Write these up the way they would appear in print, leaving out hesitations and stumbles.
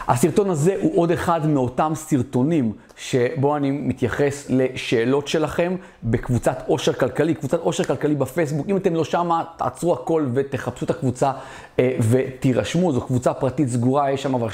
הסרטון הזה הוא עוד אחד מאותם סרטונים שבו אני מתייחס לשאלות שלכם בקבוצת עושר כלכלי, קבוצת עושר כלכלי בפייסבוק. אם אתם לא שמה, תעצרו הכל ותחפשו את הקבוצה ותירשמו. זו קבוצה פרטית סגורה, יש שם כבר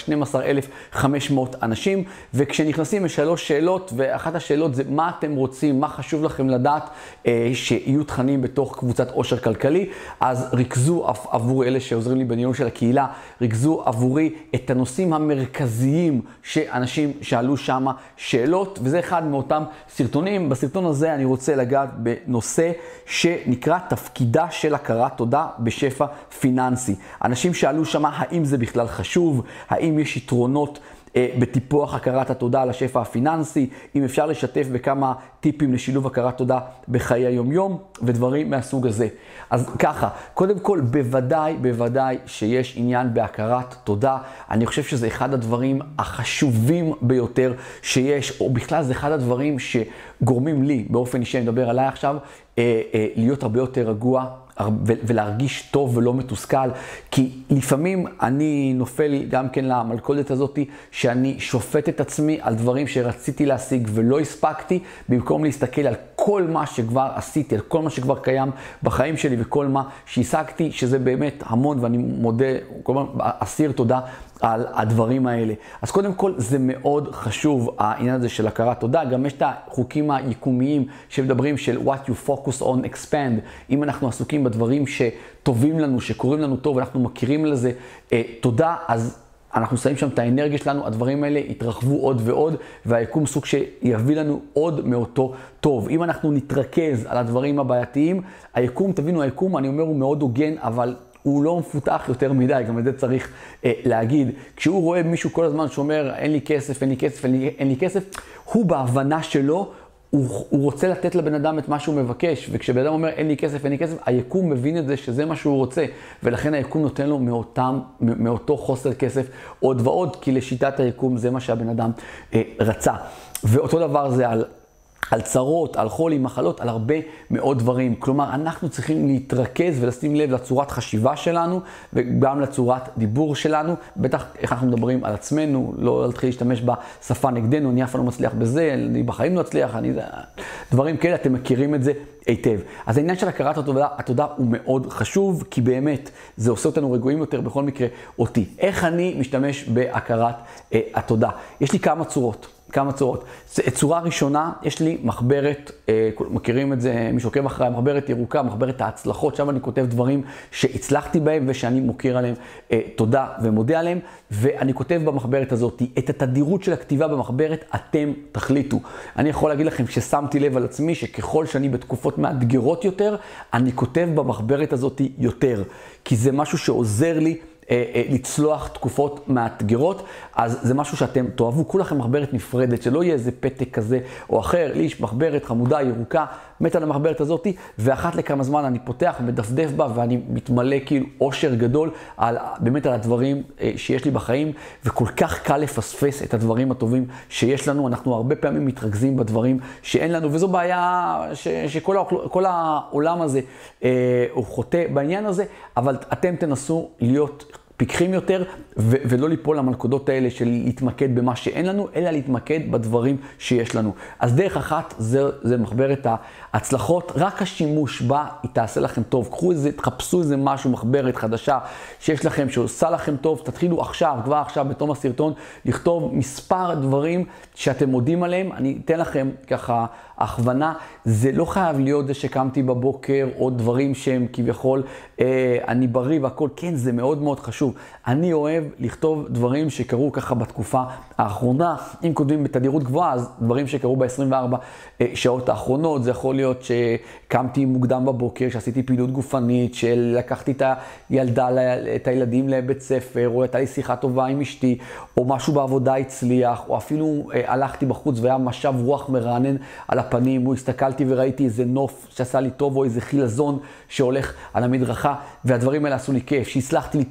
12,500 אנשים, וכשנכנסים יש 3 שאלות, ואחת השאלות זה מה אתם רוצים, מה חשוב לכם לדעת שיהיו תכנים בתוך קבוצת עושר כלכלי. אז ריכזו עבור אלה שעוזרים לי בניהול של הקהילה, ריכזו עבורי את הנושאים המרכזיים שאנשים שאלו שם שאלות, וזה אחד מאותם סרטונים. בסרטון הזה אני רוצה לגעת בנושא שנקרא תפקידה של הכרת תודה בשפע פיננסי. אנשים שאלו שם האם זה בכלל חשוב, האם יש יתרונות בטיפוח הכרת התודה על השפע הפיננסי, אם אפשר לשתף בכמה טיפים לשילוב הכרת תודה בחיי היום-יום ודברים מהסוג הזה. אז ככה, קודם כל בוודאי שיש עניין בהכרת תודה. אני חושב שזה אחד הדברים החשובים ביותר שיש, או בכלל זה אחד הדברים שגורמים לי באופן אישי, אני מדבר עליי עכשיו, להיות הרבה יותר רגוע ולהרגיש טוב ולא מתוסכל, כי לפעמים אני נופל גם כן למלכודת הזאת שאני שופט את עצמי על דברים שרציתי להשיג ולא הספקתי, במקום להסתכל על כל מה שכבר עשיתי, על כל מה שכבר קיים בחיים שלי וכל מה שהשגתי, שזה באמת המון, ואני מודה, כל הזמן אסיר תודה על הדברים האלה. אז קודם כל זה מאוד חשוב העניין הזה של הכרת תודה. גם יש את החוקים היקומיים שמדברים של what you focus on expand. אם אנחנו עסוקים בדברים שטובים לנו, שקוראים לנו טוב, אנחנו מכירים לזה תודה, אז אנחנו שמים שם את האנרגיה שלנו, הדברים האלה יתרחבו עוד ועוד, והיקום סוג שיביא לנו עוד מאותו טוב. אם אנחנו נתרכז על הדברים הבעייתיים, היקום, תבינו, היקום, אני אומר, הוא מאוד הוגן, אבל הוא לא מפותח יותר מדי, גם את זה צריך להגיד. כשהוא רואה מישהו כל הזמן שאומר, אין לי כסף, אין לי כסף, אין לי כסף, הוא בהבנה שלו, הוא רוצה לתת לבן אדם את מה שהוא מבקש, וכשבן אדם אומר אין לי כסף, אין לי כסף, היקום מבין את זה שזה מה שהוא רוצה, ולכן היקום נותן לו מאותו חוסר כסף עוד ועוד, כי לשיטת היקום זה מה שהבן אדם רצה. ואותו דבר זה על צרות, על חולי, מחלות, על הרבה מאוד דברים. כלומר, אנחנו צריכים להתרכז ולשים לב לצורת חשיבה שלנו, וגם לצורת דיבור שלנו. בטח איך אנחנו מדברים על עצמנו, לא להתחיל להשתמש בשפה נגדנו, אני אף פעם לא מצליח בזה, אני בחיים לא אצליח, דברים כאלה, אתם מכירים את זה היטב. אז העניין של הכרת התודה הוא מאוד חשוב, כי באמת זה עושה אותנו רגועים יותר, בכל מקרה אותי. איך אני משתמש בהכרת התודה? יש לי כמה צורות. צורה ראשונה, יש לי מחברת, מכירים את זה, מי שעוקב אחרי, מחברת ירוקה, מחברת ההצלחות, שם אני כותב דברים שהצלחתי בהם ושאני מוקיר עליהם תודה ומודה עליהם, ואני כותב במחברת הזאת, את התדירות של הכתיבה במחברת אתם תחליטו. אני יכול להגיד לכם ששמתי לב על עצמי שככל שאני בתקופות מאתגרות יותר, אני כותב במחברת הזאת יותר, כי זה משהו שעוזר לי לצלוח תקופות מאתגרות. אז זה משהו שאתם תאהבו, כולכם מחברת נפרדת, שלא יהיה איזה פתק כזה או אחר. לי יש מחברת חמודה, ירוקה, מת על המחברת הזאת, ואחת לכמה זמן אני פותח, מדפדף בה, ואני מתמלא כאילו אושר גדול באמת על הדברים שיש לי בחיים, וכל כך קל לפספס את הדברים הטובים שיש לנו. אנחנו הרבה פעמים מתרכזים בדברים שאין לנו, וזו בעיה שכל העולם הזה הוא חוטא בעניין הזה, אבל אתם תנסו להיות פיקחים יותר ולא ליפול למלכודות האלה של להתמקד במה שאין לנו, אלא להתמקד בדברים שיש לנו. אז דרך אחת זה מחברת ההצלחות, רק השימוש בה היא תעשה לכם טוב. תחפשו איזה משהו, מחברת חדשה שיש לכם, שעושה לכם טוב, תתחילו עכשיו, כבר עכשיו בתום הסרטון, לכתוב מספר דברים שאתם מודים עליהם. אני אתן לכם ככה הכוונה, זה לא חייב להיות זה שקמתי בבוקר, או דברים שהם כביכול, אני בריא והכל, כן, זה מאוד מאוד חשוב. אני אוהב לכתוב דברים שקרו ככה בתקופה האחרונה. אם כותבים בתדירות גבוהה, אז דברים שקרו ב-24 שעות האחרונות, זה יכול להיות שקמתי מוקדם בבוקר, שעשיתי פעילות גופנית, שלקחתי את הילדה, את הילדים לבית ספר, או הייתה לי שיחה טובה עם אשתי, או משהו בעבודה הצליח, או אפילו הלכתי בחוץ והיה משב רוח מרענן על הפנים, או הסתכלתי וראיתי איזה נוף שעשה לי טוב, או איזה חילזון שהולך על המדרכה, והדברים האלה עשו לי כיף, שהצלחתי לקרוא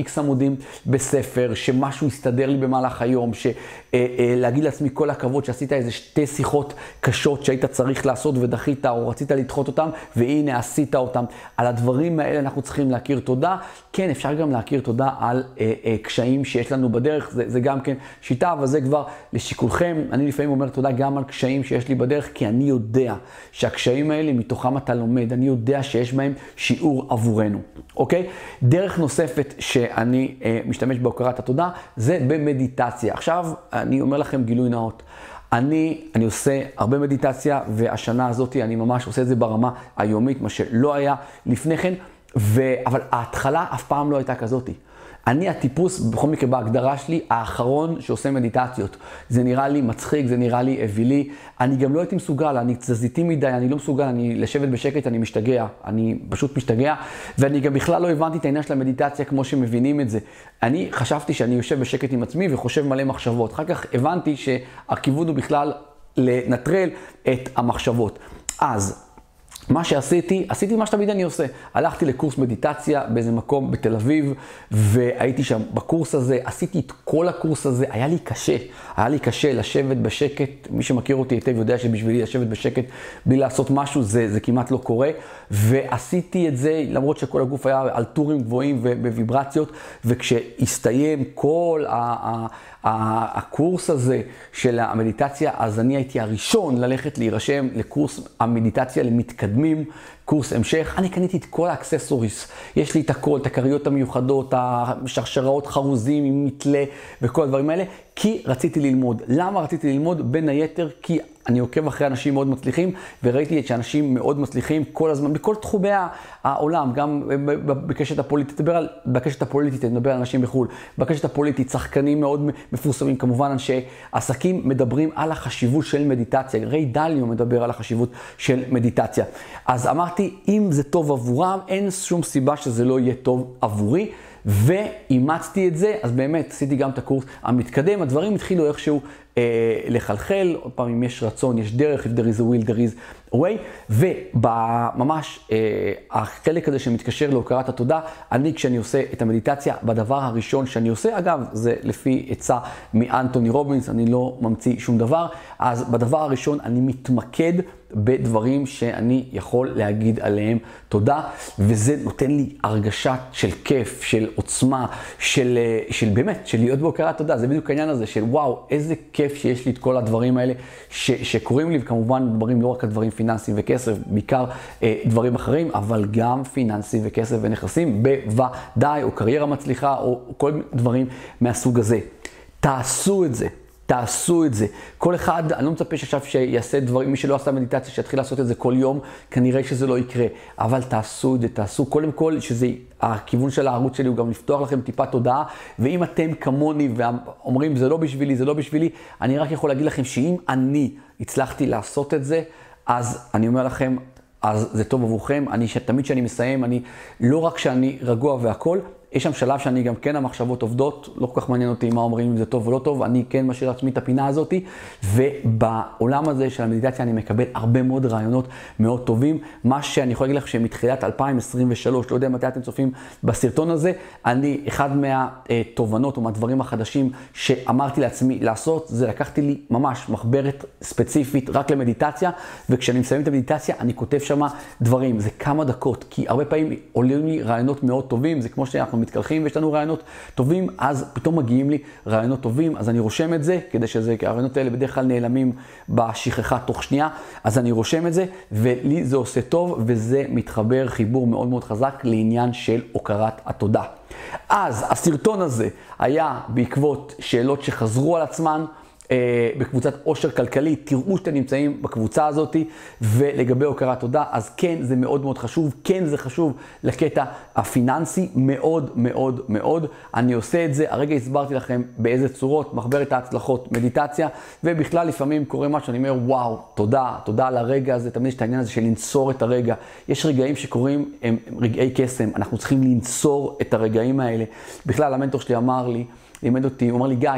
X עמודים בספר, שמשהו יסתדר לי במהלך היום, להגיד לעצמי כל הכבוד שעשית איזה 2 שיחות קשות שהיית צריך לעשות ודחית או רצית לדחות אותם, והנה עשית אותם. על הדברים האלה אנחנו צריכים להכיר תודה. כן, אפשר גם להכיר תודה על קשיים שיש לנו בדרך, זה גם כן שיטה, אבל זה כבר לשיקולכם. אני לפעמים אומר תודה גם על קשיים שיש לי בדרך, כי אני יודע שהקשיים האלה מתוכם אתה לומד, אני יודע שיש בהם שיעור עבורנו, אוקיי? דרך נוספת שאני משתמש בהוקרת התודה, זה במדיטציה. עכשיו, אני אומר לכם גילוי נאות. אני עושה הרבה מדיטציה, והשנה הזאת אני ממש עושה את זה ברמה היומית, מה שלא היה לפני כן, אבל ההתחלה אף פעם לא הייתה כזאת. אני הטיפוס, בכל מקרה בהגדרה שלי, האחרון שעושה מדיטציות. זה נראה לי מצחיק, זה נראה לי אווילי. אני גם לא הייתי מסוגל, אני תזזיתי מדי, אני לא מסוגל, אני לשבת בשקט, אני משתגע. אני פשוט משתגע, ואני גם בכלל לא הבנתי את העניין של המדיטציה כמו שמבינים את זה. אני חשבתי שאני יושב בשקט עם עצמי וחושב מלא מחשבות. אחר כך הבנתי שהכיוון הוא בכלל לנטרל את המחשבות. אז מה שעשיתי, עשיתי מה שתמיד אני עושה. הלכתי לקורס מדיטציה באיזה מקום בתל אביב, והייתי שם בקורס הזה, עשיתי את כל הקורס הזה, היה לי קשה לשבת בשקט. מי שמכיר אותי היטב יודע שבשבילי לשבת בשקט בלי לעשות משהו, זה כמעט לא קורה. ועשיתי את זה, למרות שכל הגוף היה על טורים גבוהים ובוויברציות, וכשהסתיים כל הקורס הזה של המדיטציה, אז אני הייתי הראשון ללכת להירשם לקורס המדיטציה למתקדמים, קורס המשך. אני קניתי את כל האקססוריס, יש לי את הכל, את הכריות המיוחדות, השרשראות חרוזים עם מתלה וכל הדברים האלה, כי רציתי ללמוד. למה רציתי ללמוד? בין היתר כי אני עוקב אחרי אנשים מאוד מצליחים, וראיתי שאנשים מאוד מצליחים כל הזמן, בכל תחומי העולם, גם בקשת הפוליטית, בקשת הפוליטית, אני מדבר על אנשים בחו"ל, בקשת הפוליטית, שחקנים מאוד מפורסמים, כמובן אנשי עסקים, מדברים על החשיבות של מדיטציה. ריי דליו מדבר על החשיבות של מדיטציה. אז אמרתי, אם זה טוב עבורם, אין שום סיבה שזה לא יהיה טוב עבורי, ואימצתי את זה. אז באמת עשיתי גם את הקורס המתקדם, הדברים התחילו איכשהו לחלחל. עוד פעם, אם יש רצון, יש דרך, if there is a will, there is a way. ובממש החלק הזה שמתקשר להוקרת התודה, כשאני עושה את המדיטציה, בדבר הראשון שאני עושה, אגב, זה לפי עצה מאנטוני רובינס, אני לא ממציא שום דבר, אז בדבר הראשון אני מתמקד בדברים שאני יכול להגיד עליהם תודה, וזה נותן לי הרגשה של כיף, של עוצמה, של באמת, של להיות בהוקרת תודה. זה בדיוק העניין הזה של וואו, איזה כיף שיש לי את כל הדברים האלה שקורים לי, וכמובן דברים, לא רק הדברים פיננסיים וכסף, בעיקר דברים אחרים, אבל גם פיננסי וכסף ונכסים בוודאי, או קריירה מצליחה, או כל דברים מהסוג הזה. תעשו את זה. תעשו את זה. כל אחד, אני לא מצפה שעכשיו שיעשה דברים, מי שלא עשה מדיטציה, שיתחיל לעשות את זה כל יום, כנראה שזה לא יקרה. אבל תעשו את זה, תעשו קודם כל, שזה הכיוון של הערוץ שלי הוא גם לפתוח לכם טיפה תודעה, ואם אתם כמוני ואומרים זה לא בשבילי, זה לא בשבילי, אני רק יכול להגיד לכם שאם אני הצלחתי לעשות את זה, אז אני אומר לכם, אז זה טוב עבורכם. תמיד שאני מסיים, לא רק שאני רגוע והכל, יש שם שלב שאני גם כן המחשבות עובדות, לא כל כך מעניין אותי מה אומרים אם זה טוב או לא טוב, אני כן משאיר לעצמי את הפינה הזאת, ובעולם הזה של המדיטציה אני מקבל הרבה מאוד רעיונות מאוד טובים. מה שאני יכול להגיד לך שמתחילת 2023, לא יודע מתי אתם צופים בסרטון הזה, אחד מהתובנות או מהדברים החדשים שאמרתי לעצמי לעשות, זה לקחתי לי ממש מחברת ספציפית רק למדיטציה, וכשאני מסיים את המדיטציה אני כותב שם דברים, זה כמה דקות, כי הרבה פעמים עולים לי רעיונות מאוד טובים, זה כמו שאנחנו מתקלחים ויש לנו רעיונות טובים, אז פתאום מגיעים לי רעיונות טובים, אז אני רושם את זה, כדי הרעיונות האלה בדרך כלל נעלמים בשכחה תוך שנייה, אז אני רושם את זה, ולי זה עושה טוב, וזה מתחבר חיבור מאוד מאוד חזק לעניין של הוקרת התודה. אז הסרטון הזה היה בעקבות שאלות שחזרו על עצמן, בקבוצת עושר כלכלי. תראו שאתם נמצאים בקבוצה הזאת, ולגבי הוקרת תודה, אז כן, זה מאוד מאוד חשוב, כן זה חשוב לקטע הפיננסי, מאוד מאוד מאוד. אני עושה את זה, הרגע הסברתי לכם באיזה צורות, מחברת ההצלחות, מדיטציה, ובכלל לפעמים קורה משהו, אני אומר וואו, תודה על הרגע הזה, תמיד יש את העניין הזה של לנצור את הרגע. יש רגעים שקורים, הם רגעי קסם, אנחנו צריכים לנצור את הרגעים האלה. בכלל המנטור שלי אמר לי, לימד אותי, הוא אמר לי, גיא,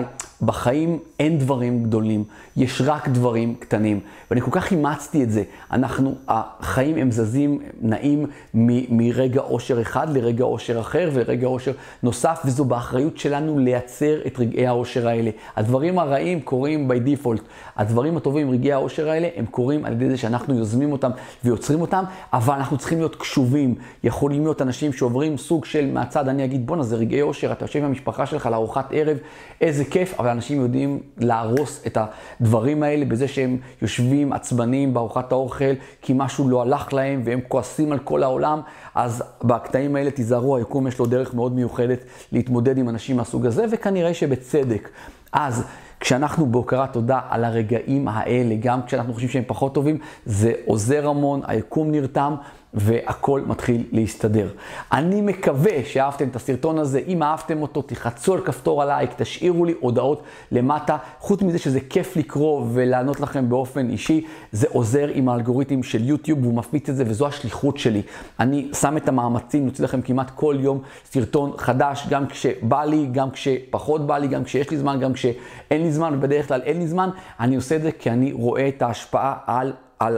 בחיים אין דברים גדולים, יש רק דברים קטנים. ואני כל כך אימצתי את זה. החיים הם זזים, נעים מרגע אושר אחד לרגע אושר אחר ולרגע אושר נוסף, וזו באחריות שלנו לייצר את רגעי האושר האלה. הדברים הרעים קורים by default. הדברים הטובים, רגעי האושר האלה, הם קורים על ידי זה שאנחנו יוזמים אותם ויוצרים אותם, אבל אנחנו צריכים להיות קשובים. יכולים להיות אנשים שעוברים סוג של מהצד, אני אגיד, בוא נזה רגעי אושר, אתה יושב עם המשפחה שלך לארוחת ערב, איזה כיף, אבל אנשים יודעים להרוס את הדברים האלה בזה שהם יושבים עצבנים בארוחת האוכל, כי משהו לא הלך להם והם כועסים על כל העולם. אז בקטעים האלה תיזהרו, היקום יש לו דרך מאוד מיוחדת להתמודד עם אנשים מהסוג הזה, וכנראה שבצדק. אז כשאנחנו בהוקרת תודה על הרגעים האלה, גם כשאנחנו חושבים שהם פחות טובים, זה עוזר המון, היקום נרתם, והכל מתחיל להסתדר. אני מקווה שאהבתם את הסרטון הזה. אם אהבתם אותו, תחצו על כפתור הלייק, תשאירו לי הודעות למטה. חוץ מזה שזה כיף לקרוא ולענות לכם באופן אישי, זה עוזר עם האלגוריתם של יוטיוב, והוא מפיץ את זה, וזו השליחות שלי. אני שם את המאמצים, נוציא לכם כמעט כל יום סרטון חדש, גם כשבא לי, גם כשפחות בא לי, גם כשיש לי זמן, גם כשאין לי זמן, ובדרך כלל אין לי זמן. אני עושה את זה כי אני רואה את ההשפעה על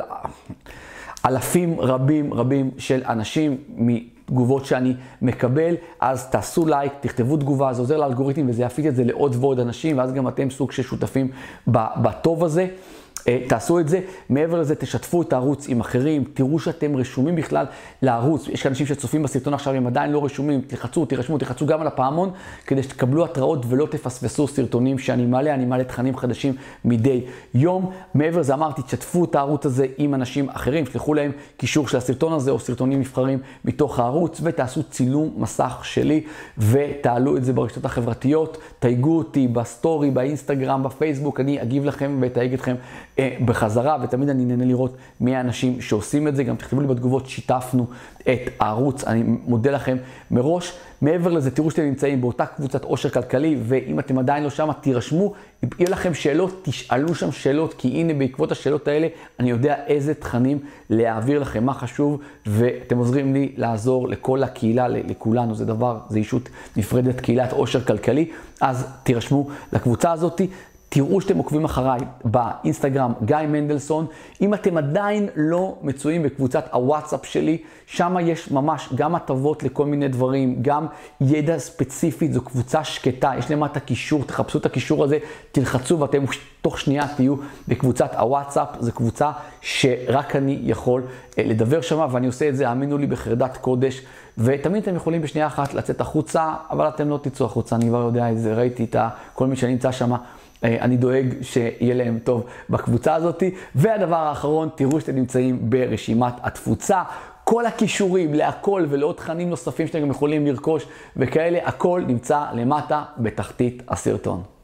אלפים רבים של אנשים מתגובות שאני מקבל. אז תעשו לייק, תכתבו תגובה, זה עוזר לאלגוריתם וזה יפיץ את זה לעוד ועוד אנשים, ואז גם אתם סוג של שותפים בטוב הזה. תעשו את זה. מעבר לזה, תשתפו את הערוץ עם אחרים, תראו שאתם רשומים בכלל לערוץ. יש אנשים שצופים בסרטון עכשיו, הם עדיין לא רשומים, תלחצו, תירשמו, תלחצו גם על הפעמון, כדי שתקבלו התראות ולא תפספסו סרטונים שאני מעלה. אני מעלה תכנים חדשים מדי יום. מעבר לזה, אמרתי, תשתפו את הערוץ הזה עם אנשים אחרים, שלחו להם קישור של הסרטון הזה או סרטונים נבחרים מתוך הערוץ, ותעשו צילום מסך שלי ותעלו את זה ברשתות החברתיות. תייגו אותי בסטורי, באינסטגרם, בפייסבוק, אני אגיב לכם ותייג אתכם בחזרה, ותמיד אני נהנה לראות מי האנשים שעושים את זה. גם תכתבו לי בתגובות, שיתפנו את הערוץ, אני מודה לכם מראש. מעבר לזה, תראו שאתם נמצאים באותה קבוצת עושר כלכלי, ואם אתם עדיין לא שם, תירשמו, יהיו לכם שאלות, תשאלו שם שאלות, כי הנה בעקבות השאלות האלה, אני יודע איזה תכנים להעביר לכם, מה חשוב, ואתם עוזרים לי לעזור לכל הקהילה, לכולנו, זה אישות נפרדת, קהילת עושר כלכלי. אז תירשמו לקבוצה הזאת. תראו שאתם עוקבים אחריי באינסטגרם, גיא מנדלסון. אם אתם עדיין לא מצויים בקבוצת הוואטסאפ שלי, שם יש ממש גם הטבות לכל מיני דברים, גם ידע ספציפית, זו קבוצה שקטה, יש למטה קישור, תחפשו את הקישור הזה, תלחצו ואתם תוך שנייה תהיו בקבוצת הוואטסאפ. זו קבוצה שרק אני יכול לדבר שם, ואני עושה את זה, האמינו לי, בחרדת קודש. ותמיד אתם יכולים בשנייה אחת לצאת החוצה, אבל אתם לא תצאו החוצה, אני כבר יודע את זה, ראיתי את כל מי שנמצא שם. אני דואג שיהיה להם טוב בקבוצה הזאת. והדבר האחרון, תראו שאתם נמצאים ברשימת התפוצה. כל הכישורים להכל ולעוד תכנים נוספים שאתם גם יכולים לרכוש וכאלה, הכל נמצא למטה בתחתית הסרטון.